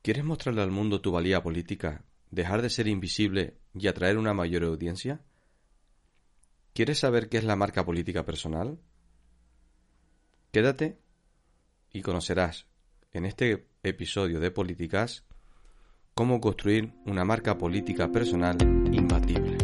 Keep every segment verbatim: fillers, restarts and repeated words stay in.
¿Quieres mostrarle al mundo tu valía política, dejar de ser invisible y atraer una mayor audiencia? ¿Quieres saber qué es la marca política personal? Quédate y conocerás en este episodio de Políticas cómo construir una marca política personal imbatible.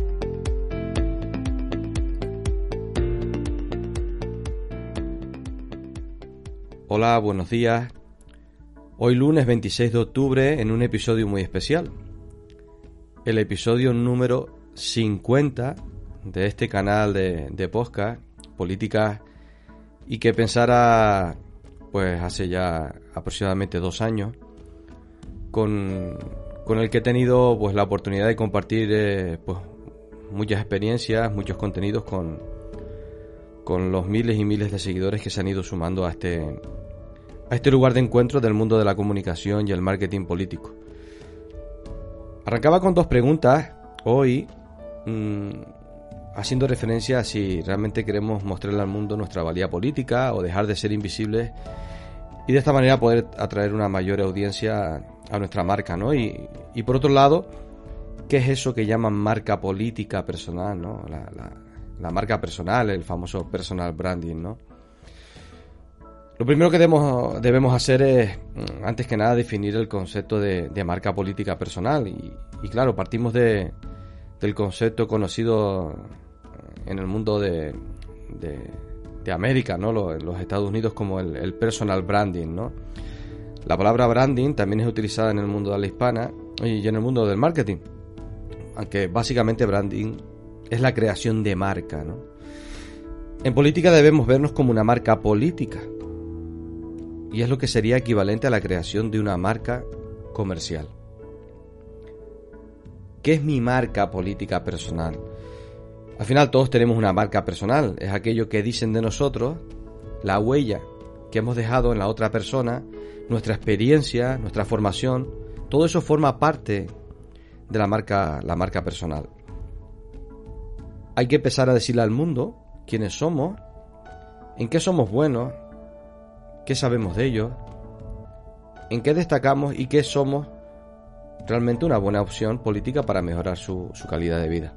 Hola, buenos días. Hoy lunes veintiséis de octubre en un episodio muy especial. El episodio número cincuenta de este canal de, de podcast, Políticas, y que pensara pues hace ya aproximadamente dos años, con, con el que he tenido pues la oportunidad de compartir eh, pues muchas experiencias, muchos contenidos con, con los miles y miles de seguidores que se han ido sumando a este a este lugar de encuentro del mundo de la comunicación y el marketing político. Arrancaba con dos preguntas hoy, mmm, haciendo referencia a si realmente queremos mostrarle al mundo nuestra valía política o dejar de ser invisibles y de esta manera poder atraer una mayor audiencia a nuestra marca, ¿no? Y, y por otro lado, ¿qué es eso que llaman marca política personal, ¿no? La, la, la marca personal, el famoso personal branding, ¿no? Lo primero que debemos, debemos hacer es, antes que nada, definir el concepto de, de marca política personal. Y, y claro, partimos de, del concepto conocido en el mundo de, de, de América, ¿no? Los, los Estados Unidos como el, el personal branding, ¿no? La palabra branding también es utilizada en el mundo de la hispana y en el mundo del marketing. Aunque básicamente branding es la creación de marca, ¿no? En política debemos vernos como una marca política. Y es lo que sería equivalente a la creación de una marca comercial. ¿Qué es mi marca política personal? Al final todos tenemos una marca personal. Es aquello que dicen de nosotros, la huella que hemos dejado en la otra persona, nuestra experiencia, nuestra formación. Todo eso forma parte de la marca, la marca personal. Hay que empezar a decirle al mundo quiénes somos, en qué somos buenos, qué sabemos de ellos, en qué destacamos y qué somos realmente una buena opción política para mejorar su, su calidad de vida.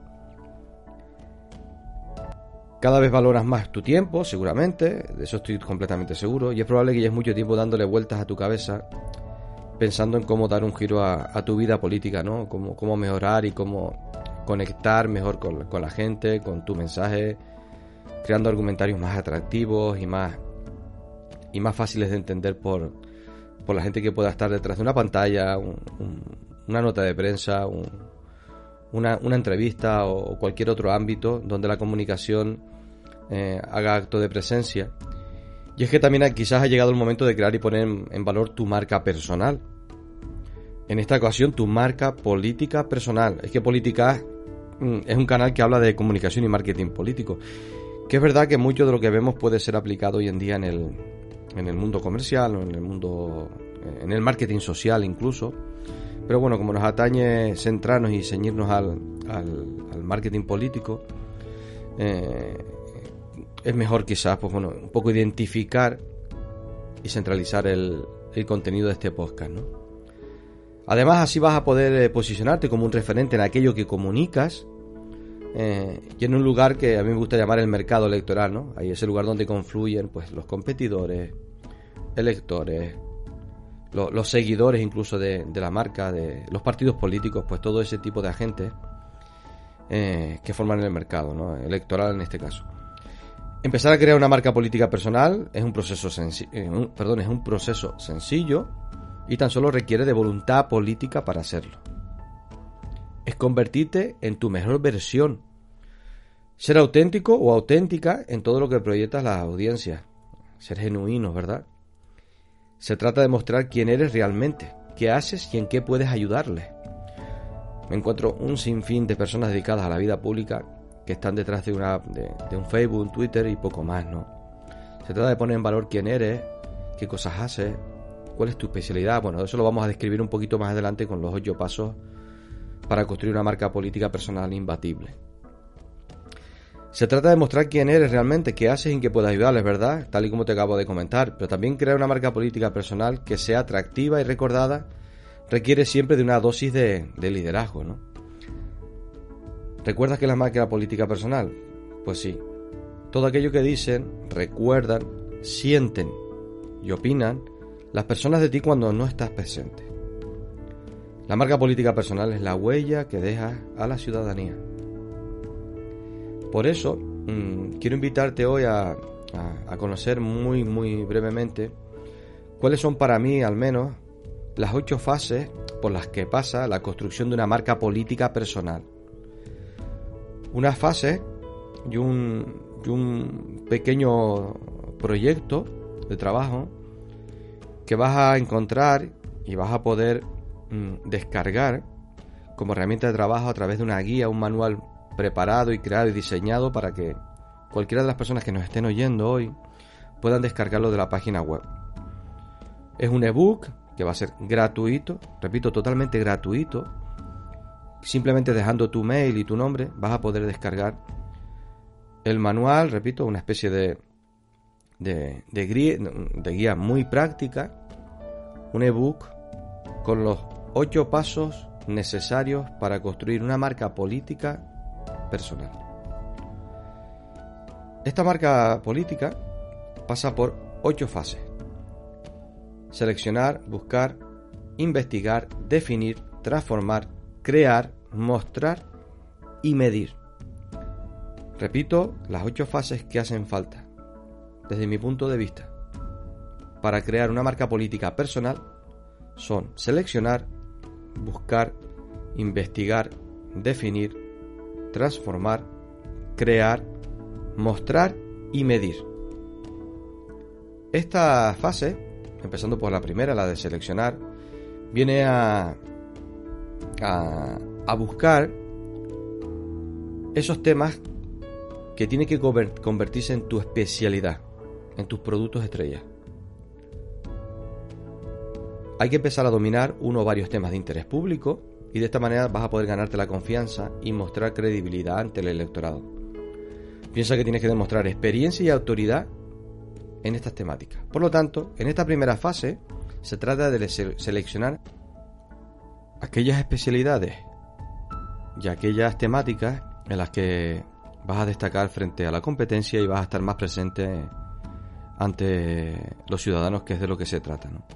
Cada vez valoras más tu tiempo, seguramente, de eso estoy completamente seguro, y es probable que lleves mucho tiempo dándole vueltas a tu cabeza, pensando en cómo dar un giro a, a tu vida política, ¿no? Cómo, cómo mejorar y cómo conectar mejor con, con la gente, con tu mensaje, creando argumentarios más atractivos y más y más fáciles de entender por, por la gente que pueda estar detrás de una pantalla, un, un, una nota de prensa, un, una, una entrevista o cualquier otro ámbito donde la comunicación eh, haga acto de presencia. Y es que también quizás ha llegado el momento de crear y poner en, en valor tu marca personal. En esta ocasión, tu marca política personal. Es que Políticas mm, es un canal que habla de comunicación y marketing político. Que es verdad que mucho de lo que vemos puede ser aplicado hoy en día en el en el mundo comercial o en el mundo, en el marketing social incluso, pero bueno, como nos atañe centrarnos y ceñirnos al, al, al marketing político, eh, es mejor quizás, pues bueno, un poco identificar y centralizar el, el contenido de este podcast, ¿no? Además, así vas a poder eh, posicionarte como un referente en aquello que comunicas, eh, y en un lugar que a mí me gusta llamar el mercado electoral, ¿no? Ahí es el lugar donde confluyen pues los competidores, electores, lo, los seguidores incluso de, de la marca, de los partidos políticos, pues todo ese tipo de agentes eh, que forman el mercado, ¿no? Electoral en este caso. Empezar a crear una marca política personal es un proceso senci- eh, un, perdón, es un proceso sencillo y tan solo requiere de voluntad política para hacerlo. Es convertirte en tu mejor versión. Ser auténtico o auténtica en todo lo que proyectas a las audiencias. Ser genuino, ¿verdad? Se trata de mostrar quién eres realmente, qué haces y en qué puedes ayudarles. Me encuentro un sinfín de personas dedicadas a la vida pública que están detrás de, una, de, de un Facebook, un Twitter y poco más, ¿no? Se trata de poner en valor quién eres, qué cosas haces, cuál es tu especialidad. Bueno, eso lo vamos a describir un poquito más adelante con los ocho pasos para construir una marca política personal imbatible. Se trata de mostrar quién eres realmente, qué haces y en qué puedes ayudarles, ¿verdad? Tal y como te acabo de comentar. Pero también crear una marca política personal que sea atractiva y recordada requiere siempre de una dosis de, de liderazgo, ¿no? ¿Recuerdas que la marca política personal? Pues sí. Todo aquello que dicen, recuerdan, sienten y opinan las personas de ti cuando no estás presente. La marca política personal es la huella que dejas a la ciudadanía. Por eso, mmm, quiero invitarte hoy a, a, a conocer muy, muy brevemente cuáles son para mí, al menos, las ocho fases por las que pasa la construcción de una marca política personal. Una fase y un, y un pequeño proyecto de trabajo que vas a encontrar y vas a poder mmm, descargar como herramienta de trabajo a través de una guía, un manual preparado y creado y diseñado para que cualquiera de las personas que nos estén oyendo hoy puedan descargarlo de la página web. Es un ebook que va a ser gratuito, repito, totalmente gratuito. Simplemente dejando tu mail y tu nombre vas a poder descargar el manual, repito, una especie de, de, de, guía, de guía muy práctica, un ebook con los ocho pasos necesarios para construir una marca política personal. Esta marca política pasa por ocho fases: seleccionar, buscar, investigar, definir, transformar, crear, mostrar y medir. Repito, las ocho fases que hacen falta, desde mi punto de vista, para crear una marca política personal son seleccionar, buscar, investigar, definir, transformar, crear, mostrar y medir. Esta fase, empezando por la primera, la de seleccionar, viene a, a, a buscar esos temas que tienen que convertirse en tu especialidad, en tus productos estrella. Hay que empezar a dominar uno o varios temas de interés público y de esta manera vas a poder ganarte la confianza y mostrar credibilidad ante el electorado. Piensa que tienes que demostrar experiencia y autoridad en estas temáticas. Por lo tanto, en esta primera fase se trata de seleccionar aquellas especialidades y aquellas temáticas en las que vas a destacar frente a la competencia y vas a estar más presente ante los ciudadanos, que es de lo que se trata, ¿no?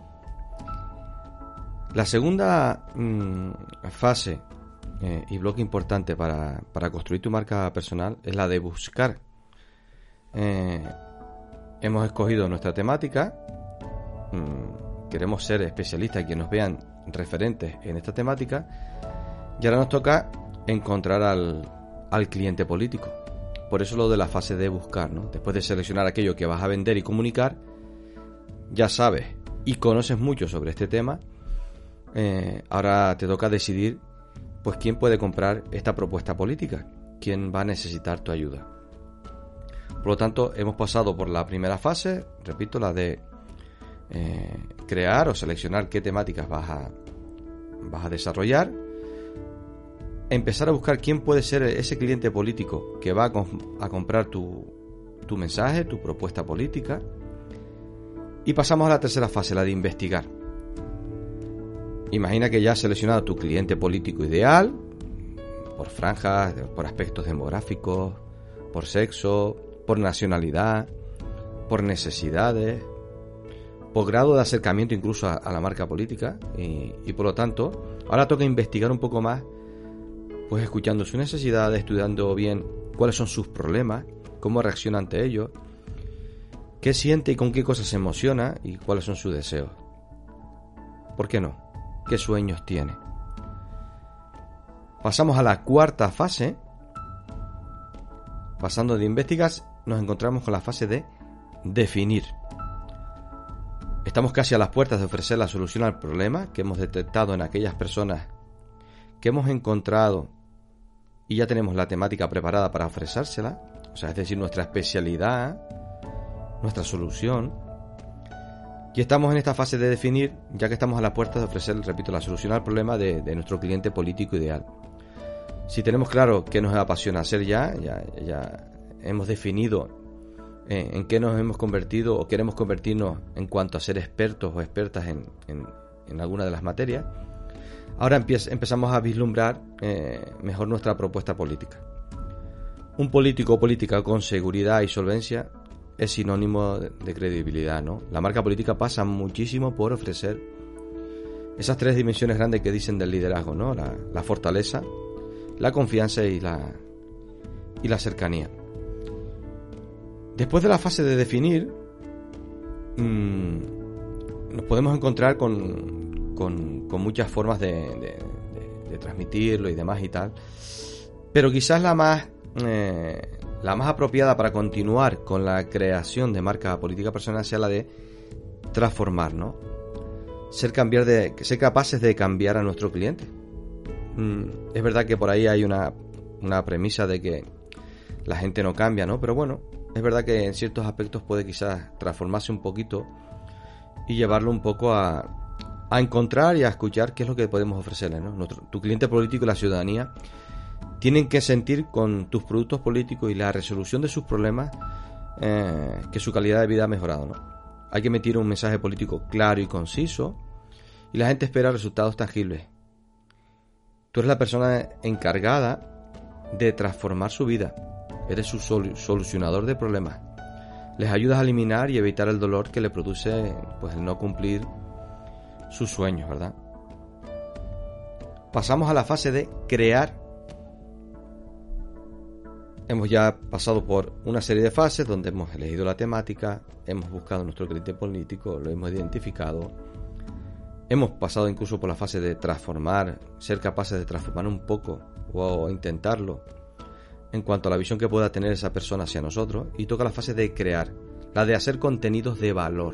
La segunda mmm, fase eh, y bloque importante para, para construir tu marca personal es la de buscar. Eh, hemos escogido nuestra temática, mmm, queremos ser especialistas y que nos vean referentes en esta temática, y ahora nos toca encontrar al, al cliente político. Por eso lo de la fase de buscar, ¿no? Después de seleccionar aquello que vas a vender y comunicar, ya sabes y conoces mucho sobre este tema. Eh, ahora te toca decidir pues quién puede comprar esta propuesta política, quién va a necesitar tu ayuda. Por lo tanto, hemos pasado por la primera fase, repito, la de eh, crear o seleccionar qué temáticas vas a, vas a desarrollar, empezar a buscar quién puede ser ese cliente político que va a, com- a comprar tu, tu mensaje, tu propuesta política, y pasamos a la tercera fase, la de investigar. Imagina que ya has seleccionado tu cliente político ideal por franjas, por aspectos demográficos, por sexo, por nacionalidad, por necesidades, por grado de acercamiento incluso a, a la marca política, y, y por lo tanto ahora toca investigar un poco más, pues escuchando sus necesidades, estudiando bien cuáles son sus problemas, cómo reacciona ante ellos, qué siente y con qué cosas se emociona y cuáles son sus deseos. ¿Por qué no? ¿Qué sueños tiene? Pasamos a la cuarta fase. Pasando de investigar, nos encontramos con la fase de definir. Estamos casi a las puertas de ofrecer la solución al problema que hemos detectado en aquellas personas que hemos encontrado y ya tenemos la temática preparada para ofrecérsela, o sea, es decir, nuestra especialidad, nuestra solución. Y estamos en esta fase de definir, ya que estamos a las puertas de ofrecer, repito, la solución al problema de, de nuestro cliente político ideal. Si tenemos claro qué nos apasiona hacer ya, ya, ya hemos definido eh, en qué nos hemos convertido o queremos convertirnos en cuanto a ser expertos o expertas en, en, en alguna de las materias, Ahora empieza, empezamos a vislumbrar eh, mejor nuestra propuesta política. Un político o política con seguridad y solvencia es sinónimo de, de credibilidad, ¿no? La marca política pasa muchísimo por ofrecer esas tres dimensiones grandes que dicen del liderazgo, ¿no? La, la fortaleza, la confianza y la, y la cercanía. Después de la fase de definir, mmm, nos podemos encontrar con, con, con muchas formas de, de, de, de transmitirlo y demás y tal, pero quizás la más eh, la más apropiada para continuar con la creación de marca política personal sea la de transformar, ¿no? Ser cambiar de, ser capaces de cambiar a nuestro cliente. Mm, es verdad que por ahí hay una, una premisa de que la gente no cambia, ¿no? Pero bueno, es verdad que en ciertos aspectos puede quizás transformarse un poquito y llevarlo un poco a, a encontrar y a escuchar qué es lo que podemos ofrecerle, ¿no? Nuestro, tu cliente político y la ciudadanía tienen que sentir con tus productos políticos y la resolución de sus problemas eh, que su calidad de vida ha mejorado, ¿no? Hay que emitir un mensaje político claro y conciso y la gente espera resultados tangibles. Tú eres la persona encargada de transformar su vida. Eres su sol- solucionador de problemas. Les ayudas a eliminar y evitar el dolor que le produce pues, el no cumplir sus sueños, ¿verdad? Pasamos a la fase de crear. Hemos ya pasado por una serie de fases donde hemos elegido la temática, hemos buscado nuestro cliente político, lo hemos identificado. Hemos pasado incluso por la fase de transformar, ser capaces de transformar un poco o intentarlo en cuanto a la visión que pueda tener esa persona hacia nosotros. Y toca la fase de crear, la de hacer contenidos de valor.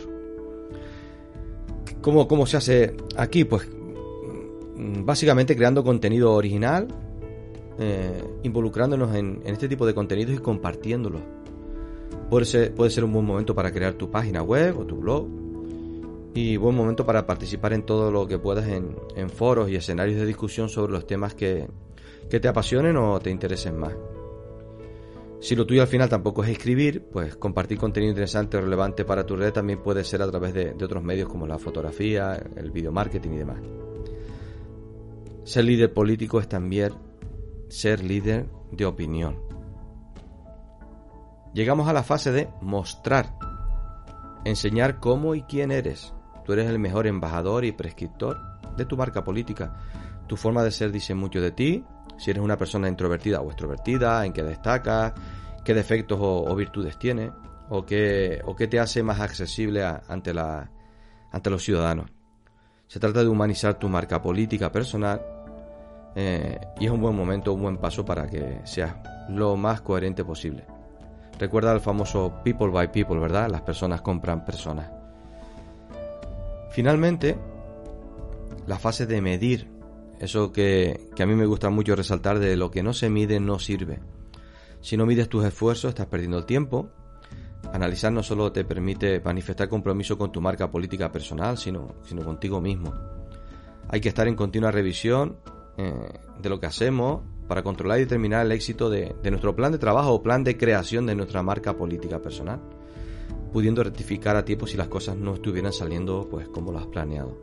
¿Cómo, cómo se hace aquí? Pues básicamente creando contenido original, Eh, involucrándonos en, en este tipo de contenidos y compartiéndolos. Puede ser, puede ser un buen momento para crear tu página web o tu blog y buen momento para participar en todo lo que puedas en, en foros y escenarios de discusión sobre los temas que, que te apasionen o te interesen más. Si lo tuyo al final tampoco es escribir, pues compartir contenido interesante o relevante para tu red también puede ser a través de, de otros medios como la fotografía, el video marketing y demás. Ser líder político es también ser líder de opinión. Llegamos a la fase de mostrar, enseñar cómo y quién eres. Tú eres el mejor embajador y prescriptor de tu marca política. Tu forma de ser dice mucho de ti. Si eres una persona introvertida o extrovertida, en qué destacas, qué defectos o, o virtudes tienes, o qué, o qué te hace más accesible a, ante, la, ante los ciudadanos. Se trata de humanizar tu marca política personal. Eh, y es un buen momento, un buen paso para que seas lo más coherente posible. Recuerda el famoso people by people, ¿verdad? Las personas compran personas. Finalmente, la fase de medir. Eso que, que a mí me gusta mucho resaltar, de lo que no se mide no sirve. Si no mides tus esfuerzos, estás perdiendo el tiempo. Analizar no solo te permite manifestar compromiso con tu marca política personal, sino, sino contigo mismo. Hay que estar en continua revisión Eh, de lo que hacemos para controlar y determinar el éxito de, de nuestro plan de trabajo o plan de creación de nuestra marca política personal, pudiendo rectificar a tiempo si las cosas no estuvieran saliendo pues como lo has planeado.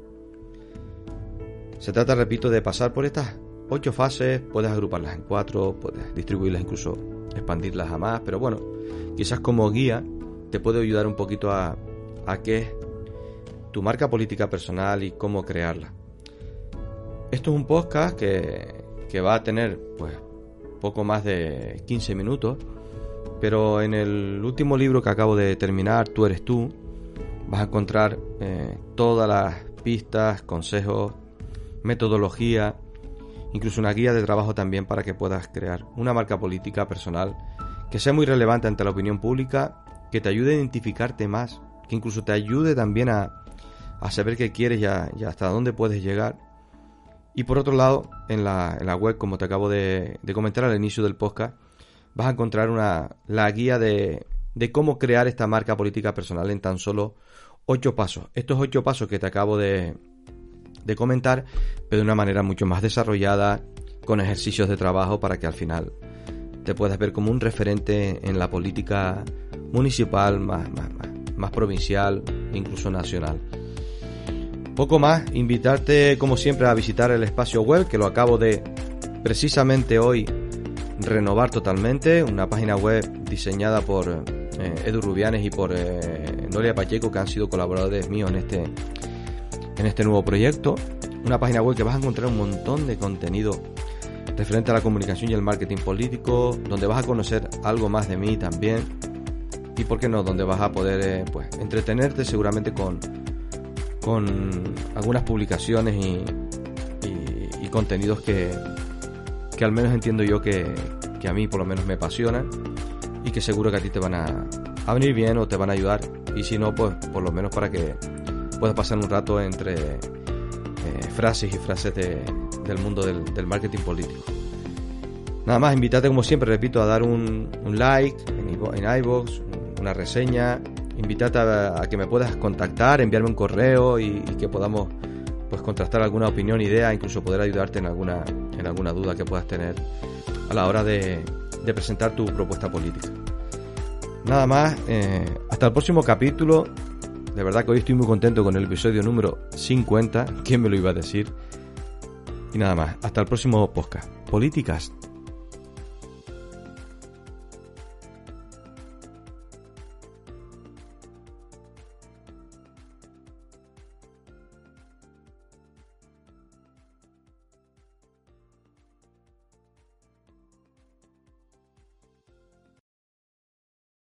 Se trata, repito, de pasar por estas ocho fases. Puedes agruparlas en cuatro, puedes distribuirlas, incluso expandirlas a más, pero bueno, quizás como guía te puede ayudar un poquito a, a qué es tu marca política personal y cómo crearla. Esto es un podcast que, que va a tener pues poco más de quince minutos, pero en el último libro que acabo de terminar, Tú eres tú, vas a encontrar eh, todas las pistas, consejos, metodología, incluso una guía de trabajo también para que puedas crear una marca política personal que sea muy relevante ante la opinión pública, que te ayude a identificarte más, que incluso te ayude también a, a saber qué quieres y, a, y hasta dónde puedes llegar. Y por otro lado, en la, en la web, como te acabo de, de comentar al inicio del podcast, vas a encontrar una, la guía de, de cómo crear esta marca política personal en tan solo ocho pasos. Estos ocho pasos que te acabo de, de comentar, pero de una manera mucho más desarrollada, con ejercicios de trabajo para que al final te puedas ver como un referente en la política municipal, más, más, más, más provincial e incluso nacional. Poco más, invitarte como siempre a visitar el espacio web, que lo acabo de precisamente hoy renovar totalmente, una página web diseñada por eh, Edu Rubianes y por eh, Noelia Pacheco, que han sido colaboradores míos en este, en este nuevo proyecto. Una página web que vas a encontrar un montón de contenido referente a la comunicación y el marketing político, donde vas a conocer algo más de mí también, y por qué no, donde vas a poder eh, pues entretenerte seguramente con, con algunas publicaciones y, y, y contenidos que, que al menos entiendo yo que, que a mí por lo menos me apasionan y que seguro que a ti te van a, a venir bien o te van a ayudar, y si no, pues por lo menos para que puedas pasar un rato entre eh, frases y frases de, del mundo del, del marketing político. Nada más, invitarte como siempre, repito, a dar un, un like en, en iVoox, una reseña, invitarte a, a que me puedas contactar, enviarme un correo y, y que podamos pues contrastar alguna opinión, idea, incluso poder ayudarte en alguna, en alguna duda que puedas tener a la hora de, de presentar tu propuesta política. Nada más, eh, hasta el próximo capítulo. De verdad que hoy estoy muy contento con el episodio número cincuenta, ¿quién me lo iba a decir? Y nada más, hasta el próximo podcast. Políticas